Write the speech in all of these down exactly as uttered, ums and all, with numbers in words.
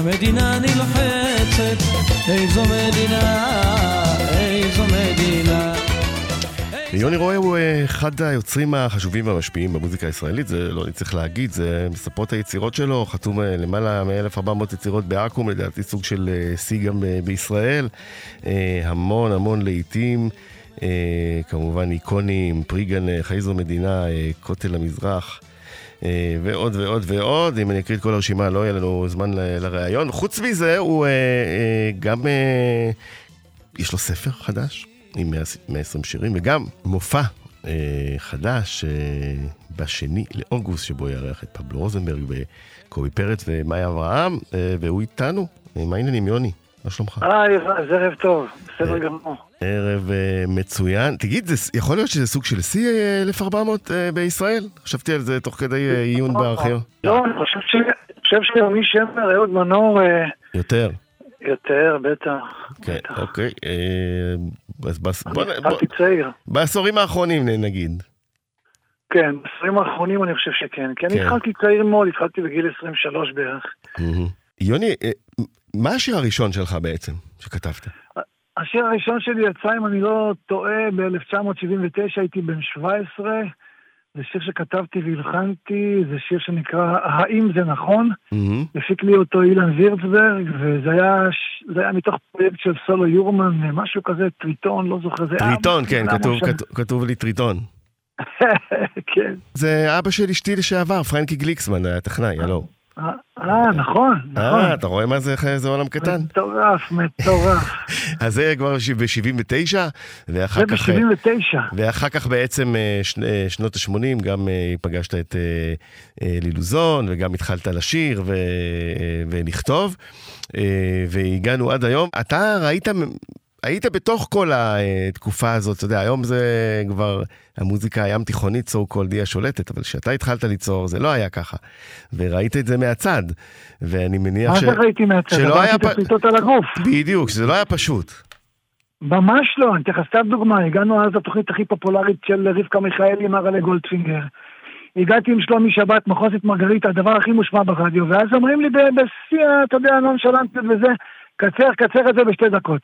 מדינה נלחצת, איזו מדינה, איזו מדינה. יוני רואה הוא אחד היוצרים החשובים והמשפיעים במוזיקה הישראלית, זה לא צריך להגיד, זה מספרות היצירות שלו, חתום למעלה מ-אלף וארבע מאות יצירות באקו"ם, לדעתי סוג של סי גם בישראל, המון המון לעיתים, כמובן איקונים, פריגן, חייזו מדינה, כותל המזרח, ועוד ועוד ועוד. אם אני אקריא את כל הרשימה לא יהיה לנו זמן לראיון. חוץ מזה הוא גם יש לו ספר חדש עם מאה ועשרים שירים, וגם מופע אה, חדש אה, בשני לאוגוסט, שבו יארח את פבלו רוזנברג וקובי פרץ ומאיה אברהם, אה, והוא איתנו. אה, מה העניינים, יוני? מה שלומך? היי, זה ערב טוב, בסדר גמור. ערב אה, מצוין. תגיד, זה, יכול להיות שזה סוג של סי אה, אלף וארבע מאות אה, בישראל? חשבתי על זה תוך כדי אה, עיון בארכיון. לא, אני חושב ש... חושב שיומי שמר, אהוד מנור... אה... יותר. יותר, בטח. כן, אוקיי. אז צעיר. בעשורים האחרונים נגיד. כן, בעשורים האחרונים אני חושב שכן. כי אני התחלתי צעיר מאוד, התחלתי בגיל עשרים ושלוש בערך. יוני, מה השיר הראשון שלך בעצם, שכתבת? השיר הראשון שלי יצא, אם אני לא טועה, ב-אלף תשע מאות שבעים ותשע, הייתי בן שבע עשרה. זה שיר שכתבתי והלחנתי, זה שיר שנקרא האם זה נכון, הפיק לי אותו אילן וירצברג, וזה היה, זה היה מתוך פרויקט של סולו יורמן, משהו כזה, טריטון, לא זוכר, זה טריטון, כן, כתוב, כתוב, כתוב לי טריטון. כן. זה אבא של אשתי לשעבר, פרנקי גליקסמן, היה טכנאי, הלו. אה, נכון, נכון. אה, אתה רואה מה זה, זה עולם קטן? מטורף, מטורף. אז זה כבר ב-שבעים ותשע, ואחר כך... זה ב-שבעים ותשע. ואחר כך בעצם שנות ה-שמונים, גם פגשת את לילוזון, וגם התחלת לשיר ולכתוב, והגענו עד היום. אתה ראית... היית בתוך כל התקופה הזאת, אתה יודע, היום זה כבר, המוזיקה הים תיכונית, so called, היא השולטת, אבל כשאתה התחלת ליצור, זה לא היה ככה. וראית את זה מהצד, ואני מניח ש... מה זה ראיתי מהצד? שלא היה... ראיתי את הפליטות על הגוף. בדיוק, שזה לא היה פשוט. ממש לא, אני תכף סתם דוגמה, הגענו אז לתוכנית הכי פופולרית של רבקה מיכאלי, מרלה גולדפינגר. הגעתי עם שלומי שבת, מחוזת מרגריטה, הדבר הכי מושמע ברדיו, ואז אומרים לי בשיא, אתה יודע, נונשלנטיות וזה, קצר, קצר את זה בשתי דקות.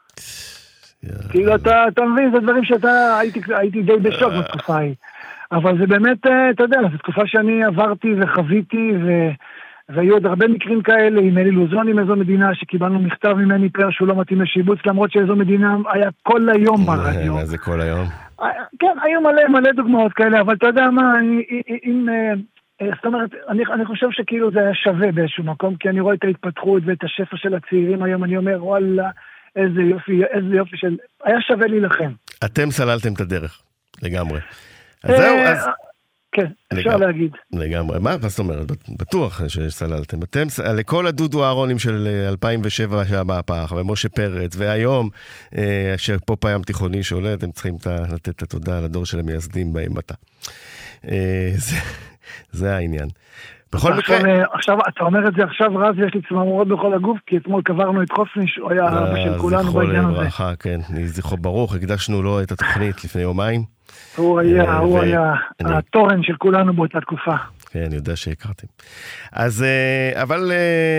כאילו אתה, אתה מבין, זה דברים שאתה, הייתי, הייתי די בשוק בתקופה ההיא. אבל זה באמת, אתה יודע, זו תקופה שאני עברתי וחוויתי, ו... והיו עוד הרבה מקרים כאלה, עם אלי לוזון עם איזו מדינה, שקיבלנו מכתב ממני פר שהוא לא מתאים לשיבוץ, למרות שאיזו מדינה היה כל היום ברדיו. מה זה כל היום? כן, היו מלא מלא דוגמאות כאלה, אבל אתה יודע מה, אם... זאת אומרת, אני, אני חושב שכאילו זה היה שווה באיזשהו מקום, כי אני רואה את ההתפתחות ואת השפע של הצעירים היום, אני אומר, וואלה, איזה יופי, איזה יופי של... היה שווה לי לכם. אתם סללתם את הדרך, לגמרי. אז זהו, אז... כן, אפשר להגיד. לגמרי. מה זאת אומרת? בטוח שסללתם. אתם, לכל הדודו הארונים של אלפיים ושבע שהמהפך, ומשה פרץ, והיום, שפופ הים תיכוני שעולה, אתם צריכים לתת את התודה לדור של המייסדים באימתה. זה העניין. בכל מקרה... עכשיו, אתה אומר את זה עכשיו, רז, יש לי צמרמורות בכל הגוף, כי אתמול קברנו את חופניש, הוא היה אבא של כולנו בעניין הזה. זכרו לברכה, כן. זכרו ברוך, הקדשנו לו את התוכנית לפני יומיים. הוא היה, הוא היה התורן של כולנו באותה תקופה. כן, אני יודע שהכרתם. אז, אבל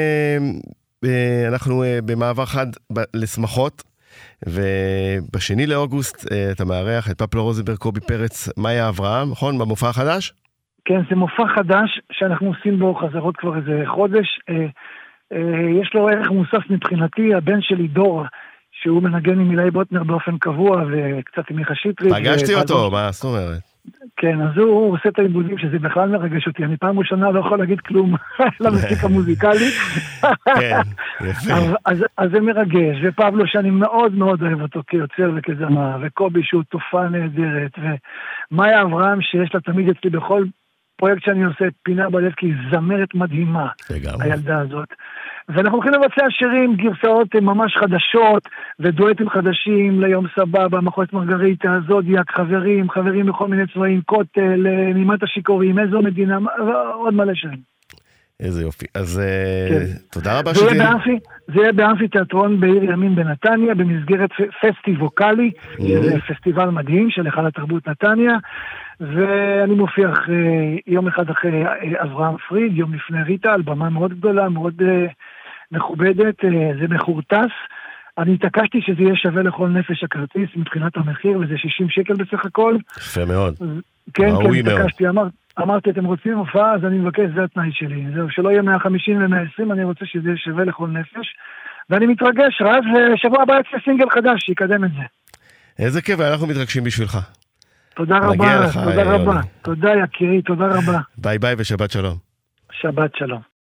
אנחנו במעבר חד לשמחות, ובשני לאוגוסט אתה מארח את פבלו רוזנברג, קובי פרץ, מאיה אברהם, נכון? במופע החדש? כן, זה מופע חדש שאנחנו עושים בו חזרות כבר איזה חודש. יש לו ערך מוסף מבחינתי, הבן שלי דור, שהוא מנגן עם מילי בוטנר באופן קבוע, וקצת עם מיכה שטרית. פגשתי אותו, מה זאת אומרת? כן, אז הוא עושה את העיבודים, שזה בכלל מרגש אותי. אני פעם ראשונה לא יכול להגיד כלום למסיק המוזיקלי. כן, יפה. אז זה מרגש, ופבלו שאני מאוד מאוד אוהב אותו כיוצר וכזמר, וקובי שהוא תופעה נהדרת, ומאיה אברהם שיש לה תמיד אצלי בכל פרויקט שאני עושה פינה בלב, כי היא זמרת מדהימה, הילדה הזאת. ואנחנו הולכים לבצע שירים, גרסאות ממש חדשות, ודואטים חדשים ליום סבבה, מחוזת מרגריטה, זודיאק, חברים, חברים בכל מיני צבעים, כותל, נימת השיכורים, איזו מדינה, עוד מלא שירים. איזה יופי. אז תודה רבה שזה... זה יהיה באמפי תיאטרון בעיר ימין בנתניה, במסגרת פסטי ווקלי, זה פסטיבל מדהים של היכל התרבות נתניה, ואני מופיע יום אחד אחרי אברהם פריד, יום לפני ריטה, על במה מאוד גדולה, מאוד מכובדת, זה מחורטס. אני התעקשתי שזה יהיה שווה לכל נפש הכרטיס מבחינת המחיר, וזה שישים שקל בסך הכל. יפה מאוד. כן, כן, התעקשתי, אמר, אמרתי, אתם רוצים הופעה, אז אני מבקש, זה התנאי שלי. זהו, שלא יהיה מאה וחמישים ו-מאה ועשרים, אני רוצה שזה יהיה שווה לכל נפש. ואני מתרגש, רז, שבוע הבא יצא סינגל חדש, שיקדם את זה. איזה כיף, אנחנו מתרגשים בשבילך. תודה רבה, תודה רבה. תודה יקירי, תודה רבה. ביי ביי ושבת שלום. שבת שלום.